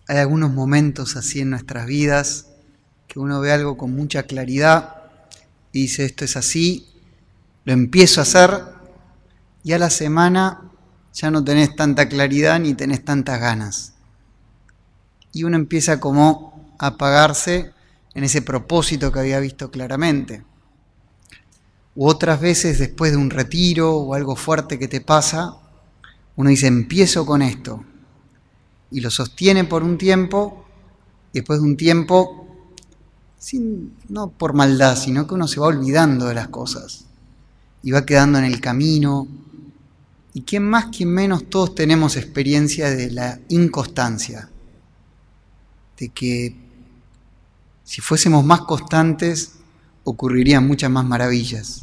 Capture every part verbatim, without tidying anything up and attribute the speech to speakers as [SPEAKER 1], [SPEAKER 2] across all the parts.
[SPEAKER 1] Hay algunos momentos así en nuestras vidas que uno ve algo con mucha claridad y dice, esto es así, lo empiezo a hacer y a la semana ya no tenés tanta claridad ni tenés tantas ganas. Y uno empieza como a apagarse en ese propósito que había visto claramente. U otras veces después de un retiro o algo fuerte que te pasa, uno dice, empiezo con esto. Y lo sostiene por un tiempo, y después de un tiempo, sin, no por maldad, sino que uno se va olvidando de las cosas y va quedando en el camino. Y quién más, quién menos, todos tenemos experiencia de la inconstancia, de que si fuésemos más constantes ocurrirían muchas más maravillas.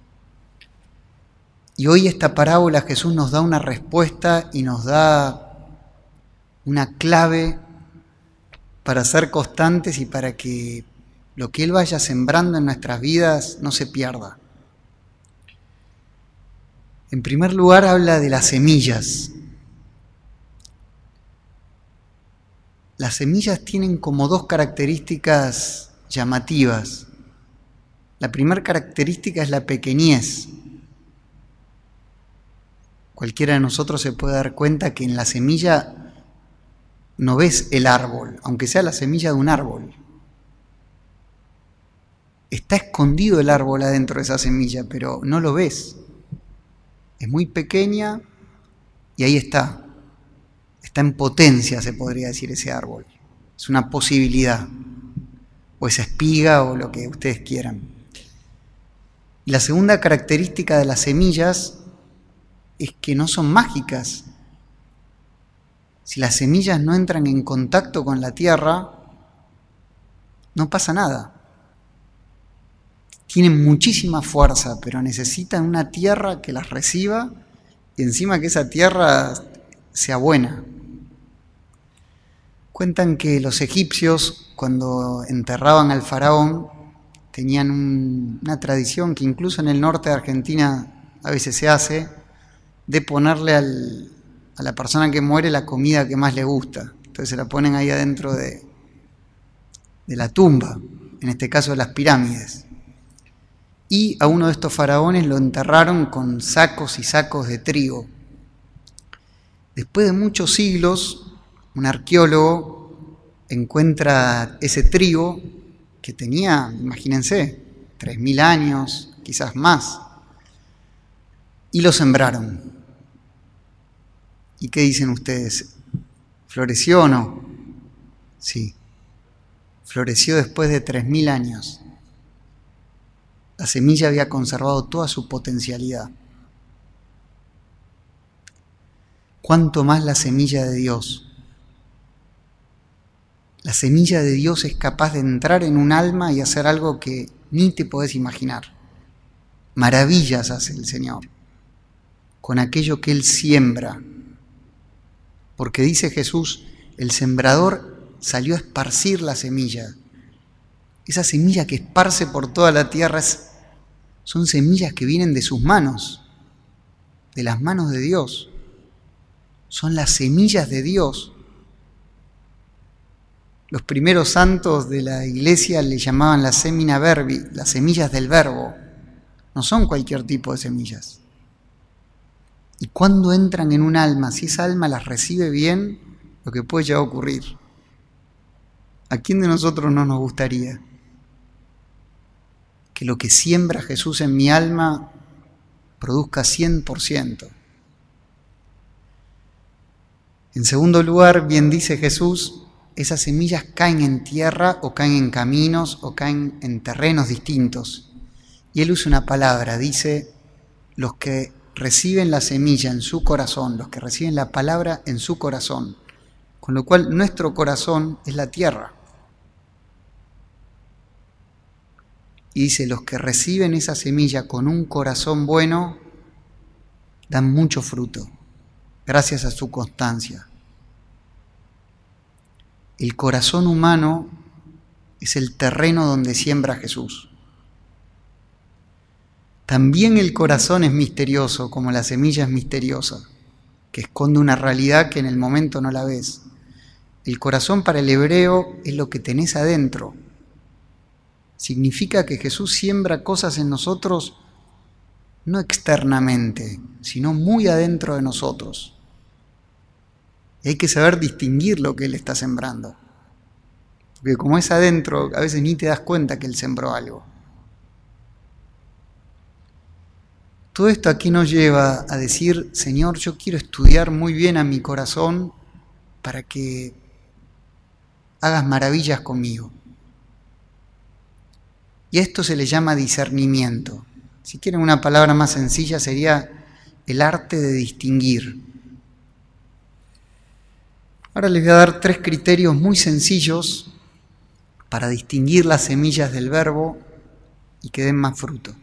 [SPEAKER 1] Y hoy esta parábola Jesús nos da una respuesta y nos da una clave para ser constantes y para que lo que Él vaya sembrando en nuestras vidas no se pierda. En primer lugar habla de las semillas. Las semillas tienen como dos características llamativas. La primera característica es la pequeñez. Cualquiera de nosotros se puede dar cuenta que en la semilla no ves el árbol, aunque sea la semilla de un árbol. Está escondido el árbol adentro de esa semilla, pero no lo ves. Es muy pequeña y ahí está. Está en potencia, se podría decir, ese árbol. Es una posibilidad. O esa espiga o lo que ustedes quieran. Y la segunda característica de las semillas es que no son mágicas. Si las semillas no entran en contacto con la tierra, no pasa nada. Tienen muchísima fuerza, pero necesitan una tierra que las reciba y encima que esa tierra sea buena. Cuentan que los egipcios, cuando enterraban al faraón, tenían un, una tradición que incluso en el norte de Argentina a veces se hace, de ponerle al, a la persona que muere la comida que más le gusta. Entonces se la ponen ahí adentro de, de la tumba, en este caso de las pirámides. Y a uno de estos faraones lo enterraron con sacos y sacos de trigo. Después de muchos siglos, un arqueólogo encuentra ese trigo que tenía, imagínense, tres mil años, quizás más, y lo sembraron. ¿Y qué dicen ustedes? ¿Floreció o no? Sí, floreció después de tres mil años. La semilla había conservado toda su potencialidad. ¿Cuánto más la semilla de Dios? La semilla de Dios es capaz de entrar en un alma y hacer algo que ni te podés imaginar. Maravillas hace el Señor con aquello que Él siembra. Porque dice Jesús, el sembrador salió a esparcir la semilla. Esa semilla que esparce por toda la tierra es, son semillas que vienen de sus manos, de las manos de Dios. Son las semillas de Dios. Los primeros santos de la iglesia le llamaban las semina verbi, las semillas del verbo. No son cualquier tipo de semillas. Y cuando entran en un alma, si esa alma las recibe bien, lo que puede llegar a ocurrir. ¿A quién de nosotros no nos gustaría que lo que siembra Jesús en mi alma produzca cien por ciento? En segundo lugar, bien dice Jesús, esas semillas caen en tierra o caen en caminos o caen en terrenos distintos. Y Él usa una palabra, dice, los que reciben la semilla en su corazón, los que reciben la palabra en su corazón. Con lo cual nuestro corazón es la tierra. Y dice, los que reciben esa semilla con un corazón bueno, dan mucho fruto, gracias a su constancia. El corazón humano es el terreno donde siembra Jesús. También el corazón es misterioso, como la semilla es misteriosa, que esconde una realidad que en el momento no la ves. El corazón para el hebreo es lo que tenés adentro. Significa que Jesús siembra cosas en nosotros no externamente, sino muy adentro de nosotros. Y hay que saber distinguir lo que Él está sembrando. Porque como es adentro, a veces ni te das cuenta que Él sembró algo. Todo esto aquí nos lleva a decir, Señor, yo quiero estudiar muy bien a mi corazón para que hagas maravillas conmigo. Y a esto se le llama discernimiento. Si quieren una palabra más sencilla, sería el arte de distinguir. Ahora les voy a dar tres criterios muy sencillos para distinguir las semillas del verbo y que den más fruto.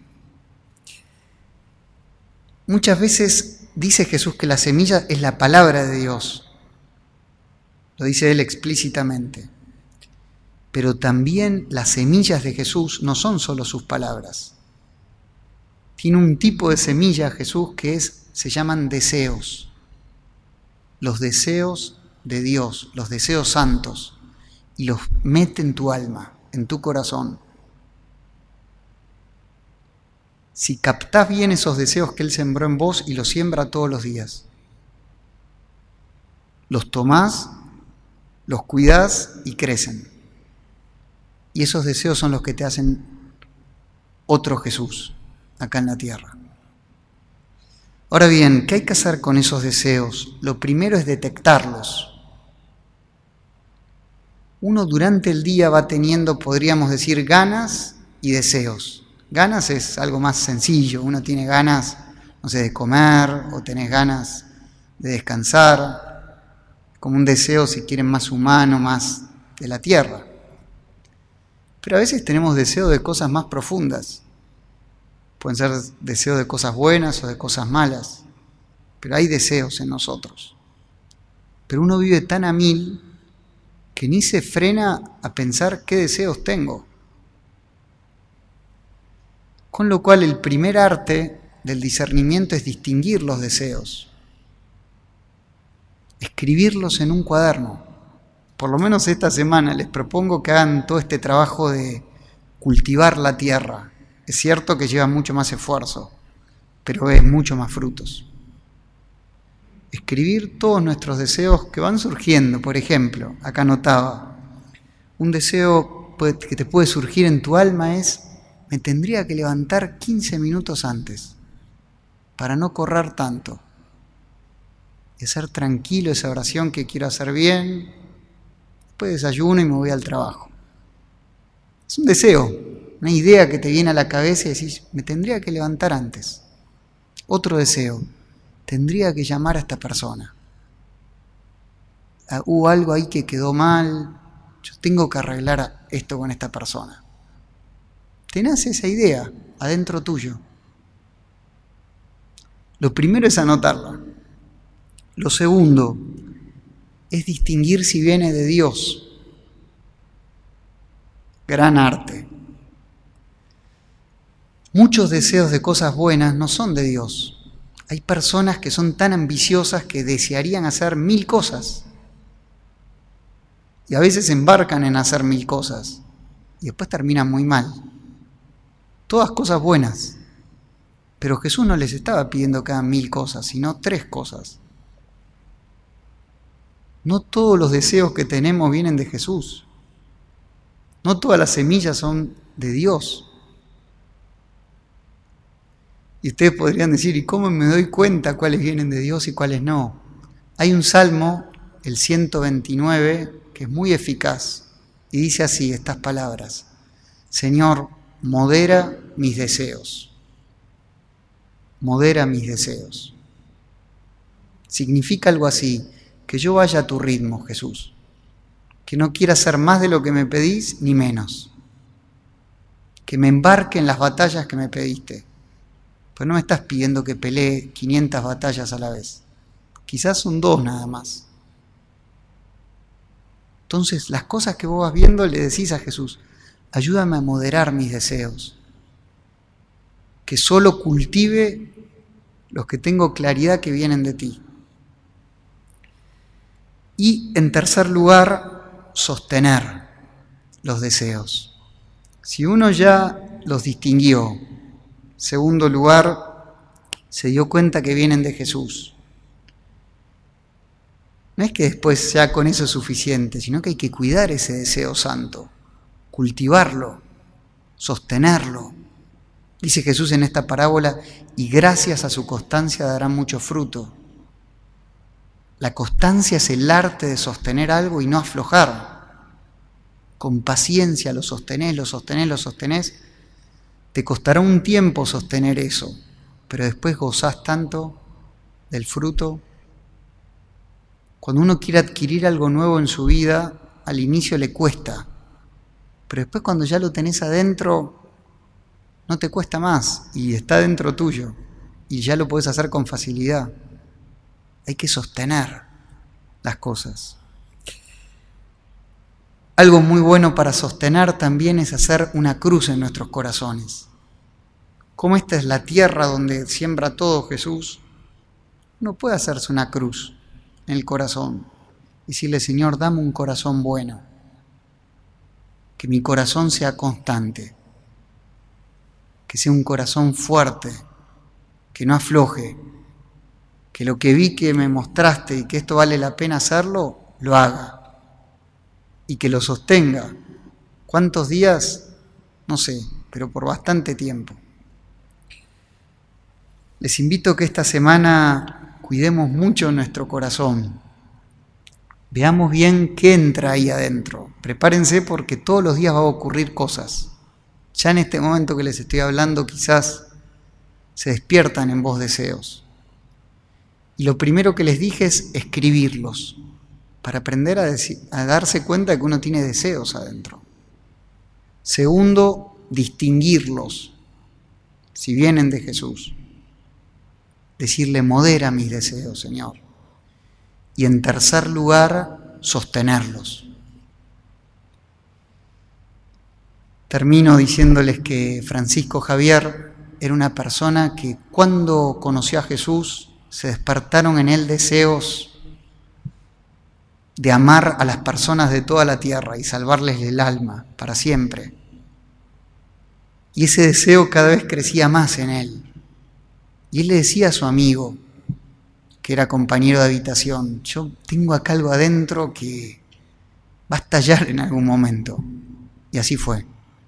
[SPEAKER 1] Muchas veces dice Jesús que la semilla es la palabra de Dios. Lo dice Él explícitamente. Pero también las semillas de Jesús no son solo sus palabras. Tiene un tipo de semilla Jesús que es, se llaman deseos. Los deseos de Dios, los deseos santos. Y los mete en tu alma, en tu corazón. Si captás bien esos deseos que Él sembró en vos y los siembra todos los días, los tomás, los cuidás y crecen. Y esos deseos son los que te hacen otro Jesús acá en la tierra. Ahora bien, ¿qué hay que hacer con esos deseos? Lo primero es detectarlos. Uno durante el día va teniendo, podríamos decir, ganas y deseos. Ganas es algo más sencillo. Uno tiene ganas, no sé, de comer o tenés ganas de descansar. Como un deseo, si quieren, más humano, más de la tierra. Pero a veces tenemos deseos de cosas más profundas. Pueden ser deseos de cosas buenas o de cosas malas. Pero hay deseos en nosotros. Pero uno vive tan a mil que ni se frena a pensar qué deseos tengo. Con lo cual el primer arte del discernimiento es distinguir los deseos. Escribirlos en un cuaderno. Por lo menos esta semana les propongo que hagan todo este trabajo de cultivar la tierra. Es cierto que lleva mucho más esfuerzo, pero es mucho más frutos. Escribir todos nuestros deseos que van surgiendo. Por ejemplo, acá anotaba, un deseo que te puede surgir en tu alma es, me tendría que levantar quince minutos antes para no correr tanto y hacer tranquilo esa oración que quiero hacer bien. Después desayuno y me voy al trabajo. Es un deseo, una idea que te viene a la cabeza y decís, me tendría que levantar antes. Otro deseo, tendría que llamar a esta persona. Ah, hubo algo ahí que quedó mal, yo tengo que arreglar esto con esta persona. Tenés esa idea adentro tuyo. Lo primero es anotarla. Lo segundo es distinguir si viene de Dios. Gran arte. Muchos deseos de cosas buenas no son de Dios. Hay personas que son tan ambiciosas que desearían hacer mil cosas. Y a veces se embarcan en hacer mil cosas. Y después terminan muy mal. Todas cosas buenas. Pero Jesús no les estaba pidiendo que hagan mil cosas, sino tres cosas. No todos los deseos que tenemos vienen de Jesús. No todas las semillas son de Dios. Y ustedes podrían decir, ¿y cómo me doy cuenta cuáles vienen de Dios y cuáles no? Hay un salmo, el ciento veintinueve, que es muy eficaz. Y dice así estas palabras. Señor, modera mis deseos. Modera mis deseos. Significa algo así, que yo vaya a tu ritmo, Jesús. Que no quiera hacer más de lo que me pedís, ni menos. Que me embarque en las batallas que me pediste. Pues no me estás pidiendo que pelee quinientas batallas a la vez. Quizás son dos nada más. Entonces, las cosas que vos vas viendo le decís a Jesús, ayúdame a moderar mis deseos. Que solo cultive los que tengo claridad que vienen de ti. Y en tercer lugar, sostener los deseos. Si uno ya los distinguió, segundo lugar, se dio cuenta que vienen de Jesús. No es que después ya con eso es suficiente, sino que hay que cuidar ese deseo santo, cultivarlo, sostenerlo. Dice Jesús en esta parábola, y gracias a su constancia darán mucho fruto. La constancia es el arte de sostener algo y no aflojar. Con paciencia lo sostenés, lo sostenés, lo sostenés. Te costará un tiempo sostener eso, pero después gozás tanto del fruto. Cuando uno quiere adquirir algo nuevo en su vida, al inicio le cuesta, pero después cuando ya lo tenés adentro, no te cuesta más y está dentro tuyo y ya lo podés hacer con facilidad. Hay que sostener las cosas. Algo muy bueno para sostener también es hacer una cruz en nuestros corazones. Como esta es la tierra donde siembra todo Jesús, uno puede hacerse una cruz en el corazón y decirle, Señor, dame un corazón bueno, que mi corazón sea constante, que sea un corazón fuerte, que no afloje, que lo que vi que me mostraste y que esto vale la pena hacerlo, lo haga y que lo sostenga. ¿Cuántos días? No sé, pero por bastante tiempo. Les invito a que esta semana cuidemos mucho nuestro corazón. Veamos bien qué entra ahí adentro. Prepárense porque todos los días va a ocurrir cosas. Ya en este momento que les estoy hablando quizás se despiertan en vos deseos. Y lo primero que les dije es escribirlos, para aprender a, decir, a darse cuenta de que uno tiene deseos adentro. Segundo, distinguirlos, si vienen de Jesús. Decirle, modera mis deseos, Señor. Y en tercer lugar, sostenerlos. Termino diciéndoles que Francisco Javier era una persona que cuando conoció a Jesús se despertaron en él deseos de amar a las personas de toda la tierra y salvarles el alma para siempre. Y ese deseo cada vez crecía más en él. Y él le decía a su amigo, que era compañero de habitación, yo tengo acá algo adentro que va a estallar en algún momento. Y así fue.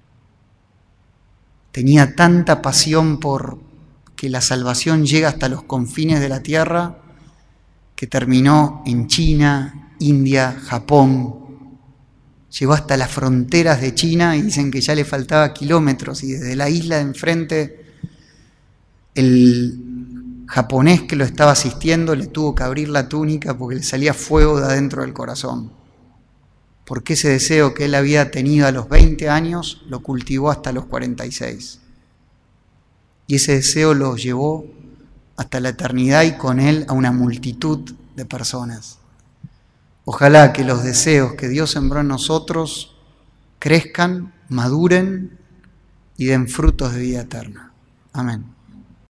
[SPEAKER 1] Tenía tanta pasión por que la salvación llega hasta los confines de la tierra, que terminó en China, India, Japón. Llegó hasta las fronteras de China y dicen que ya le faltaba kilómetros y desde la isla de enfrente el japonés que lo estaba asistiendo le tuvo que abrir la túnica porque le salía fuego de adentro del corazón. Porque ese deseo que él había tenido a los veinte años lo cultivó hasta los cuarenta y seis. Y ese deseo lo llevó hasta la eternidad y con él a una multitud de personas. Ojalá que los deseos que Dios sembró en nosotros crezcan, maduren y den frutos de vida eterna. Amén.